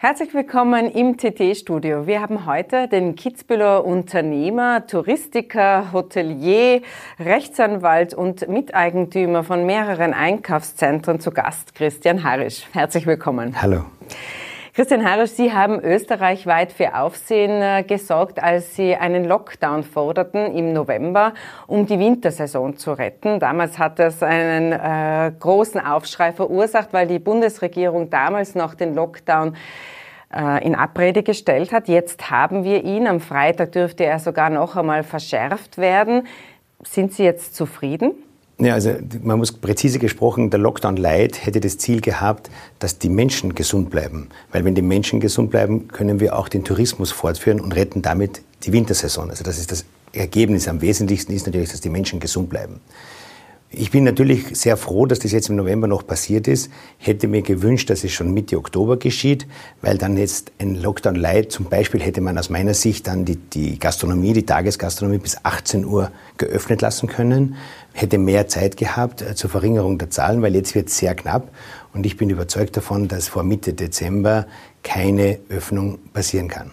Herzlich willkommen im TT-Studio. Wir haben heute den Kitzbüheler Unternehmer, Touristiker, Hotelier, Rechtsanwalt und Miteigentümer von mehreren Einkaufszentren zu Gast, Christian Harisch. Herzlich willkommen. Hallo. Christian Harisch, Sie haben österreichweit für Aufsehen gesorgt, als Sie einen Lockdown forderten im November, um die Wintersaison zu retten. Damals hat das einen großen Aufschrei verursacht, weil die Bundesregierung damals noch den Lockdown in Abrede gestellt hat. Jetzt haben wir ihn. Am Freitag dürfte er sogar noch einmal verschärft werden. Sind Sie jetzt zufrieden? Ja, also man muss präzise gesprochen, der Lockdown Light hätte das Ziel gehabt, dass die Menschen gesund bleiben. Weil wenn die Menschen gesund bleiben, können wir auch den Tourismus fortführen und retten damit die Wintersaison. Also das ist das Ergebnis. Am wesentlichsten ist natürlich, dass die Menschen gesund bleiben. Ich bin natürlich sehr froh, dass das jetzt im November noch passiert ist. Hätte mir gewünscht, dass es schon Mitte Oktober geschieht, weil dann jetzt ein Lockdown Light, zum Beispiel hätte man aus meiner Sicht dann die Gastronomie, die Tagesgastronomie bis 18 Uhr geöffnet lassen können, hätte mehr Zeit gehabt zur Verringerung der Zahlen, weil jetzt wird es sehr knapp und ich bin überzeugt davon, dass vor Mitte Dezember keine Öffnung passieren kann.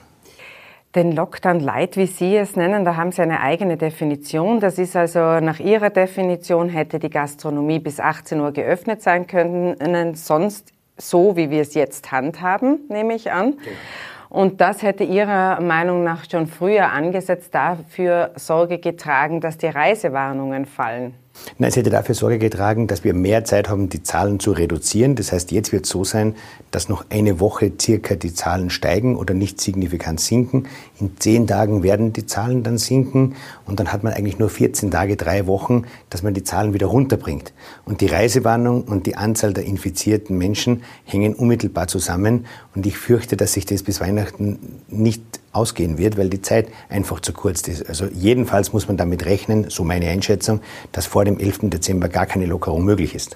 Den Lockdown Light, wie Sie es nennen, da haben Sie eine eigene Definition. Das ist also nach Ihrer Definition hätte die Gastronomie bis 18 Uhr geöffnet sein können, sonst so, wie wir es jetzt handhaben, nehme ich an. Okay. Und das hätte Ihrer Meinung nach schon früher angesetzt, dafür Sorge getragen, dass die Reisewarnungen fallen. Nein, es hätte dafür Sorge getragen, dass wir mehr Zeit haben, die Zahlen zu reduzieren. Das heißt, jetzt wird es so sein, dass noch eine Woche circa die Zahlen steigen oder nicht signifikant sinken. In 10 Tagen werden die Zahlen dann sinken und dann hat man eigentlich nur 14 Tage, 3 Wochen, dass man die Zahlen wieder runterbringt. Und die Reisewarnung und die Anzahl der infizierten Menschen hängen unmittelbar zusammen und ich fürchte, dass sich das bis Weihnachten nicht ausgehen wird, weil die Zeit einfach zu kurz ist. Also jedenfalls muss man damit rechnen, so meine Einschätzung, dass vor dem 11. Dezember gar keine Lockerung möglich ist.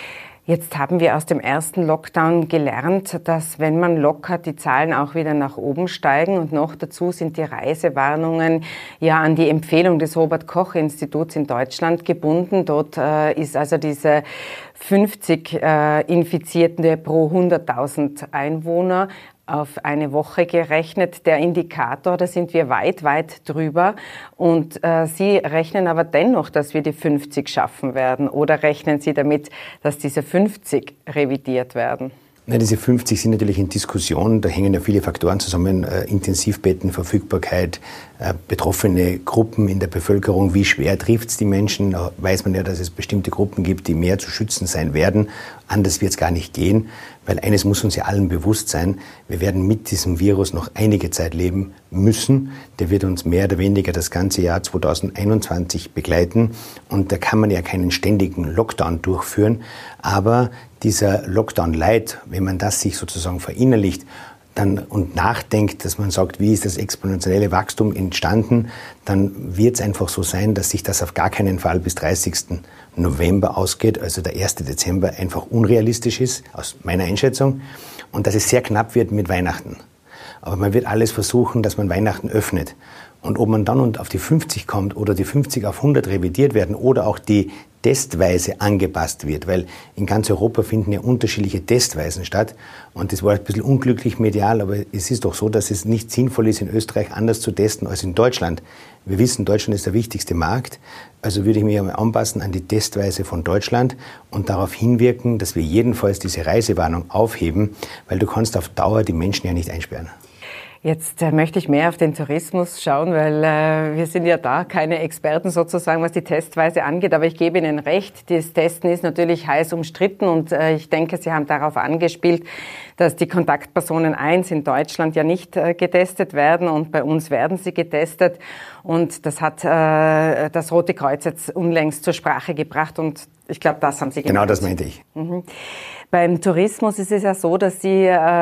Jetzt haben wir aus dem ersten Lockdown gelernt, dass wenn man lockert, die Zahlen auch wieder nach oben steigen. Und noch dazu sind die Reisewarnungen ja an die Empfehlung des Robert-Koch-Instituts in Deutschland gebunden. Dort ist also diese 50 Infizierte pro 100.000 Einwohner auf eine Woche gerechnet, der Indikator, da sind wir weit, weit drüber. Und Sie rechnen aber dennoch, dass wir die 50 schaffen werden. Oder rechnen Sie damit, dass diese 50 revidiert werden? Nein, diese 50 sind natürlich in Diskussion. Da hängen ja viele Faktoren zusammen. Intensivbettenverfügbarkeit, betroffene Gruppen in der Bevölkerung. Wie schwer trifft es die Menschen? Da weiß man ja, dass es bestimmte Gruppen gibt, die mehr zu schützen sein werden. Anders wird es gar nicht gehen. Weil eines muss uns ja allen bewusst sein, wir werden mit diesem Virus noch einige Zeit leben müssen. Der wird uns mehr oder weniger das ganze Jahr 2021 begleiten. Und da kann man ja keinen ständigen Lockdown durchführen. Aber dieser Lockdown Light, wenn man das sich sozusagen verinnerlicht, dann und nachdenkt, dass man sagt, wie ist das exponentielle Wachstum entstanden, dann wird es einfach so sein, dass sich das auf gar keinen Fall bis 30. November ausgeht, also der 1. Dezember einfach unrealistisch ist, aus meiner Einschätzung, und dass es sehr knapp wird mit Weihnachten. Aber man wird alles versuchen, dass man Weihnachten öffnet. Und ob man dann auf die 50 kommt oder die 50 auf 100 revidiert werden oder auch die testweise angepasst wird, weil in ganz Europa finden ja unterschiedliche Testweisen statt und das war ein bisschen unglücklich medial, aber es ist doch so, dass es nicht sinnvoll ist, in Österreich anders zu testen als in Deutschland. Wir wissen, Deutschland ist der wichtigste Markt, also würde ich mich einmal anpassen an die Testweise von Deutschland und darauf hinwirken, dass wir jedenfalls diese Reisewarnung aufheben, weil du kannst auf Dauer die Menschen ja nicht einsperren. Jetzt möchte ich mehr auf den Tourismus schauen, weil wir sind ja da keine Experten sozusagen, was die Testweise angeht. Aber ich gebe Ihnen recht, das Testen ist natürlich heiß umstritten und ich denke, Sie haben darauf angespielt, dass die Kontaktpersonen 1 in Deutschland ja nicht getestet werden und bei uns werden sie getestet. Und das hat das Rote Kreuz jetzt unlängst zur Sprache gebracht und ich glaube, das haben Sie gemeint. Genau, das meinte ich. Mhm. Beim Tourismus ist es ja so, dass Sie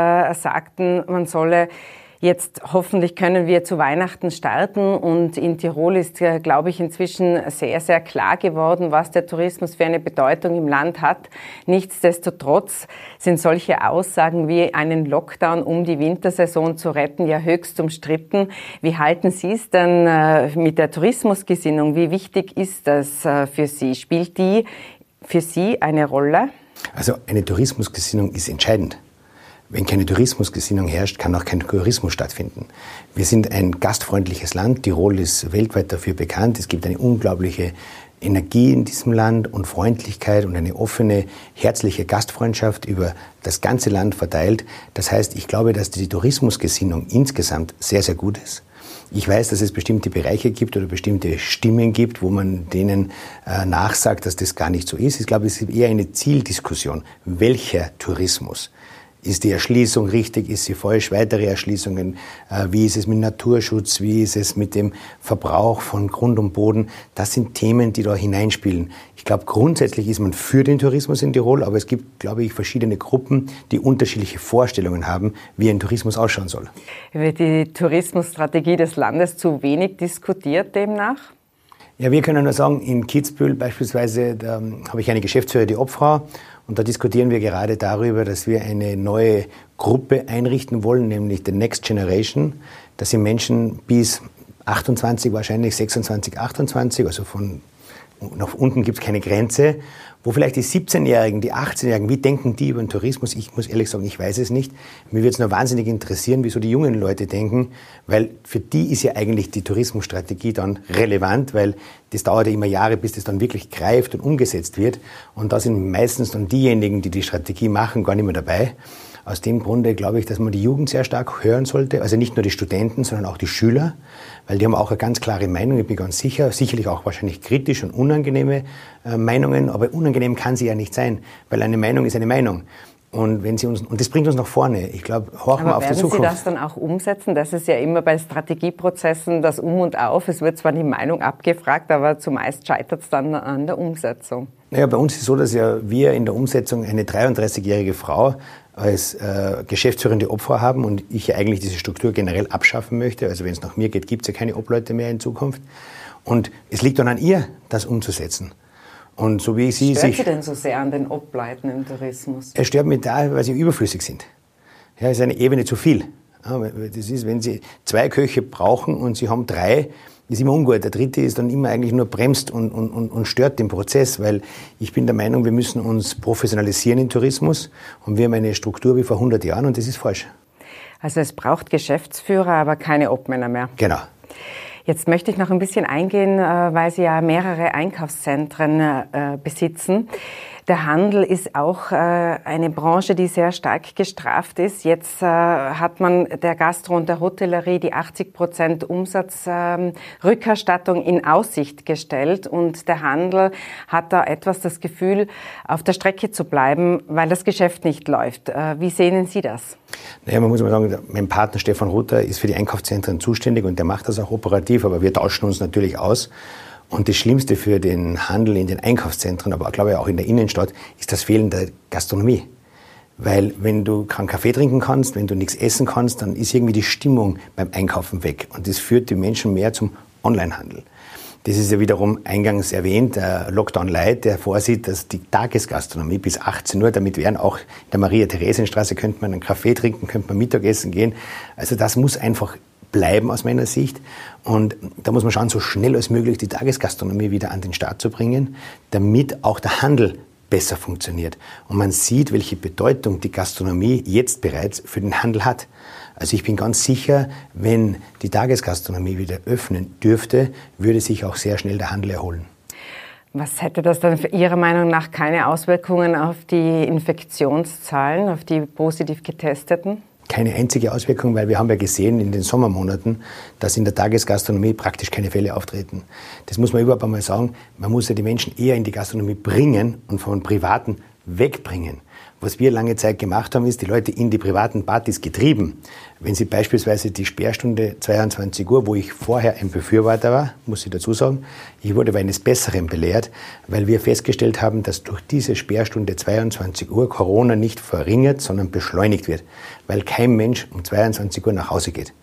sagten, man solle jetzt hoffentlich können wir zu Weihnachten starten und in Tirol ist, glaube ich, inzwischen sehr, sehr klar geworden, was der Tourismus für eine Bedeutung im Land hat. Nichtsdestotrotz sind solche Aussagen wie einen Lockdown, um die Wintersaison zu retten, ja höchst umstritten. Wie halten Sie es denn mit der Tourismusgesinnung? Wie wichtig ist das für Sie? Spielt die für Sie eine Rolle? Also eine Tourismusgesinnung ist entscheidend. Wenn keine Tourismusgesinnung herrscht, kann auch kein Tourismus stattfinden. Wir sind ein gastfreundliches Land. Tirol ist weltweit dafür bekannt. Es gibt eine unglaubliche Energie in diesem Land und Freundlichkeit und eine offene, herzliche Gastfreundschaft über das ganze Land verteilt. Das heißt, ich glaube, dass die Tourismusgesinnung insgesamt sehr, sehr gut ist. Ich weiß, dass es bestimmte Bereiche gibt oder bestimmte Stimmen gibt, wo man denen nachsagt, dass das gar nicht so ist. Ich glaube, es ist eher eine Zieldiskussion. Welcher Tourismus? Ist die Erschließung richtig? Ist sie falsch? Weitere Erschließungen? Wie ist es mit Naturschutz? Wie ist es mit dem Verbrauch von Grund und Boden? Das sind Themen, die da hineinspielen. Ich glaube, grundsätzlich ist man für den Tourismus in Tirol, aber es gibt, glaube ich, verschiedene Gruppen, die unterschiedliche Vorstellungen haben, wie ein Tourismus ausschauen soll. Wird die Tourismusstrategie des Landes zu wenig diskutiert demnach? Ja, wir können nur sagen, in Kitzbühel beispielsweise, da habe ich eine Geschäftsführer, die Obfrau, und da diskutieren wir gerade darüber, dass wir eine neue Gruppe einrichten wollen, nämlich the Next Generation. Das sind Menschen bis 28, wahrscheinlich 26, 28, also von nach unten gibt es keine Grenze, wo vielleicht die 17-Jährigen, die 18-Jährigen, wie denken die über den Tourismus? Ich muss ehrlich sagen, ich weiß es nicht. Mir würde es nur wahnsinnig interessieren, wieso die jungen Leute denken, weil für die ist ja eigentlich die Tourismusstrategie dann relevant, weil das dauert ja immer Jahre, bis das dann wirklich greift und umgesetzt wird. Und da sind meistens dann diejenigen, die die Strategie machen, gar nicht mehr dabei. Aus dem Grunde glaube ich, dass man die Jugend sehr stark hören sollte, also nicht nur die Studenten, sondern auch die Schüler, weil die haben auch eine ganz klare Meinung, ich bin ganz sicher, sicherlich auch wahrscheinlich kritisch und unangenehme Meinungen, aber unangenehm kann sie ja nicht sein, weil eine Meinung ist eine Meinung. Und wenn sie uns, und das bringt uns nach vorne. Ich glaube, horchen wir auf die Zukunft. Werden Sie das dann auch umsetzen? Das ist ja immer bei Strategieprozessen das Um und Auf. Es wird zwar die Meinung abgefragt, aber zumeist scheitert es dann an der Umsetzung. Naja, bei uns ist es so, dass ja wir in der Umsetzung eine 33-jährige Frau als geschäftsführende Obfrau haben und ich ja eigentlich diese Struktur generell abschaffen möchte. Also wenn es nach mir geht, gibt es ja keine Obleute mehr in Zukunft. Und es liegt dann an ihr, das umzusetzen. Und so wie sie sich... Stört Sie denn so sehr an den Obleuten im Tourismus? Es stört mich da, weil sie überflüssig sind. Ja, es ist eine Ebene zu viel. Ja, das ist, wenn Sie 2 Köche brauchen und Sie haben 3, ist immer ungut. Der 3. ist dann immer eigentlich nur bremst und stört den Prozess, weil ich bin der Meinung, wir müssen uns professionalisieren im Tourismus und wir haben eine Struktur wie vor 100 Jahren und das ist falsch. Also es braucht Geschäftsführer, aber keine Obmänner mehr. Genau. Jetzt möchte ich noch ein bisschen eingehen, weil Sie ja mehrere Einkaufszentren besitzen. Der Handel ist auch eine Branche, die sehr stark gestraft ist. Jetzt hat man der Gastro- und der Hotellerie die 80% Umsatzrückerstattung in Aussicht gestellt. Und der Handel hat da etwas das Gefühl, auf der Strecke zu bleiben, weil das Geschäft nicht läuft. Wie sehen Sie das? Naja, man muss mal sagen, mein Partner Stefan Rutter ist für die Einkaufszentren zuständig und der macht das auch operativ, aber wir tauschen uns natürlich aus. Und das Schlimmste für den Handel in den Einkaufszentren, aber glaube ich auch in der Innenstadt, ist das Fehlen der Gastronomie. Weil wenn du keinen Kaffee trinken kannst, wenn du nichts essen kannst, dann ist irgendwie die Stimmung beim Einkaufen weg. Und das führt die Menschen mehr zum Onlinehandel. Das ist ja wiederum eingangs erwähnt, der Lockdown Light, der vorsieht, dass die Tagesgastronomie bis 18 Uhr, damit wären auch in der Maria-Theresienstraße, könnte man einen Kaffee trinken, könnte man Mittagessen gehen. Also das muss einfach bleiben aus meiner Sicht. Und da muss man schauen, so schnell als möglich die Tagesgastronomie wieder an den Start zu bringen, damit auch der Handel besser funktioniert. Und man sieht, welche Bedeutung die Gastronomie jetzt bereits für den Handel hat. Also ich bin ganz sicher, wenn die Tagesgastronomie wieder öffnen dürfte, würde sich auch sehr schnell der Handel erholen. Was hätte das dann Ihrer Meinung nach keine Auswirkungen auf die Infektionszahlen, auf die positiv Getesteten? Keine einzige Auswirkung, weil wir haben ja gesehen in den Sommermonaten, dass in der Tagesgastronomie praktisch keine Fälle auftreten. Das muss man überhaupt einmal sagen. Man muss ja die Menschen eher in die Gastronomie bringen und von Privaten wegbringen. Was wir lange Zeit gemacht haben, ist die Leute in die privaten Partys getrieben. Wenn Sie beispielsweise die Sperrstunde 22 Uhr, wo ich vorher ein Befürworter war, muss ich dazu sagen, ich wurde aber eines Besseren belehrt, weil wir festgestellt haben, dass durch diese Sperrstunde 22 Uhr Corona nicht verringert, sondern beschleunigt wird, weil kein Mensch um 22 Uhr nach Hause geht.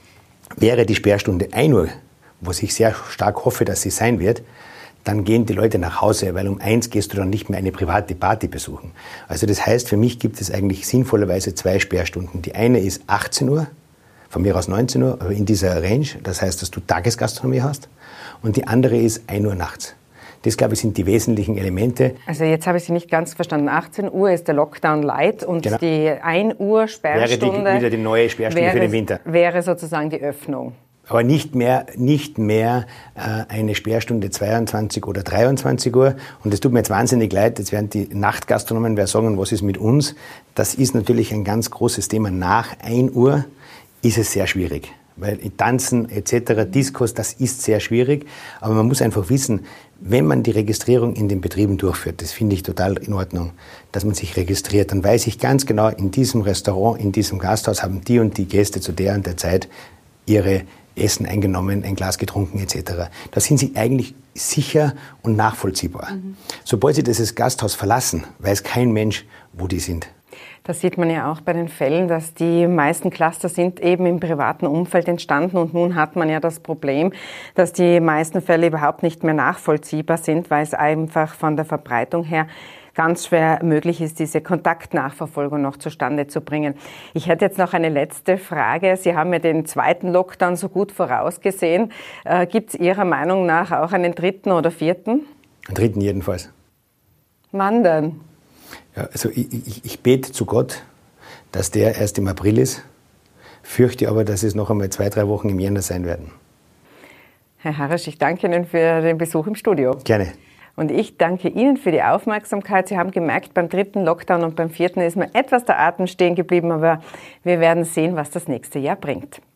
Wäre die Sperrstunde 1 Uhr, was ich sehr stark hoffe, dass sie sein wird, dann gehen die Leute nach Hause, weil um 1 gehst du dann nicht mehr eine private Party besuchen. Also das heißt, für mich gibt es eigentlich sinnvollerweise 2 Sperrstunden. Die eine ist 18 Uhr, von mir aus 19 Uhr, aber in dieser Range. Das heißt, dass du Tagesgastronomie hast. Und die andere ist 1 Uhr nachts. Das, glaube ich, sind die wesentlichen Elemente. Also jetzt habe ich Sie nicht ganz verstanden. 18 Uhr ist der Lockdown light und genau. Die 1 Uhr Sperrstunde wäre wieder die neue Sperrstunde für den Winter. Wäre sozusagen die Öffnung. Aber nicht mehr eine Sperrstunde 22 oder 23 Uhr. Und es tut mir jetzt wahnsinnig leid, jetzt werden die Nachtgastronomen sagen, was ist mit uns? Das ist natürlich ein ganz großes Thema. Nach 1 Uhr ist es sehr schwierig. Weil Tanzen etc., Diskos, das ist sehr schwierig. Aber man muss einfach wissen, wenn man die Registrierung in den Betrieben durchführt, das finde ich total in Ordnung, dass man sich registriert, dann weiß ich ganz genau, in diesem Restaurant, in diesem Gasthaus haben die und die Gäste zu der und der Zeit ihre Essen eingenommen, ein Glas getrunken etc. Da sind sie eigentlich sicher und nachvollziehbar. Sobald sie dieses Gasthaus verlassen, weiß kein Mensch, wo die sind. Das sieht man ja auch bei den Fällen, dass die meisten Cluster sind eben im privaten Umfeld entstanden und nun hat man ja das Problem, dass die meisten Fälle überhaupt nicht mehr nachvollziehbar sind, weil es einfach von der Verbreitung her ganz schwer möglich ist, diese Kontaktnachverfolgung noch zustande zu bringen. Ich hätte jetzt noch eine letzte Frage. Sie haben ja den zweiten Lockdown so gut vorausgesehen. Gibt es Ihrer Meinung nach auch einen dritten oder vierten? Einen dritten jedenfalls. Wann denn? Ja, also ich bete zu Gott, dass der erst im April ist, fürchte aber, dass es noch einmal 2-3 Wochen im Jänner sein werden. Herr Harrasch, ich danke Ihnen für den Besuch im Studio. Gerne. Und ich danke Ihnen für die Aufmerksamkeit. Sie haben gemerkt, beim dritten Lockdown und beim vierten ist mir etwas der Atem stehen geblieben, aber wir werden sehen, was das nächste Jahr bringt.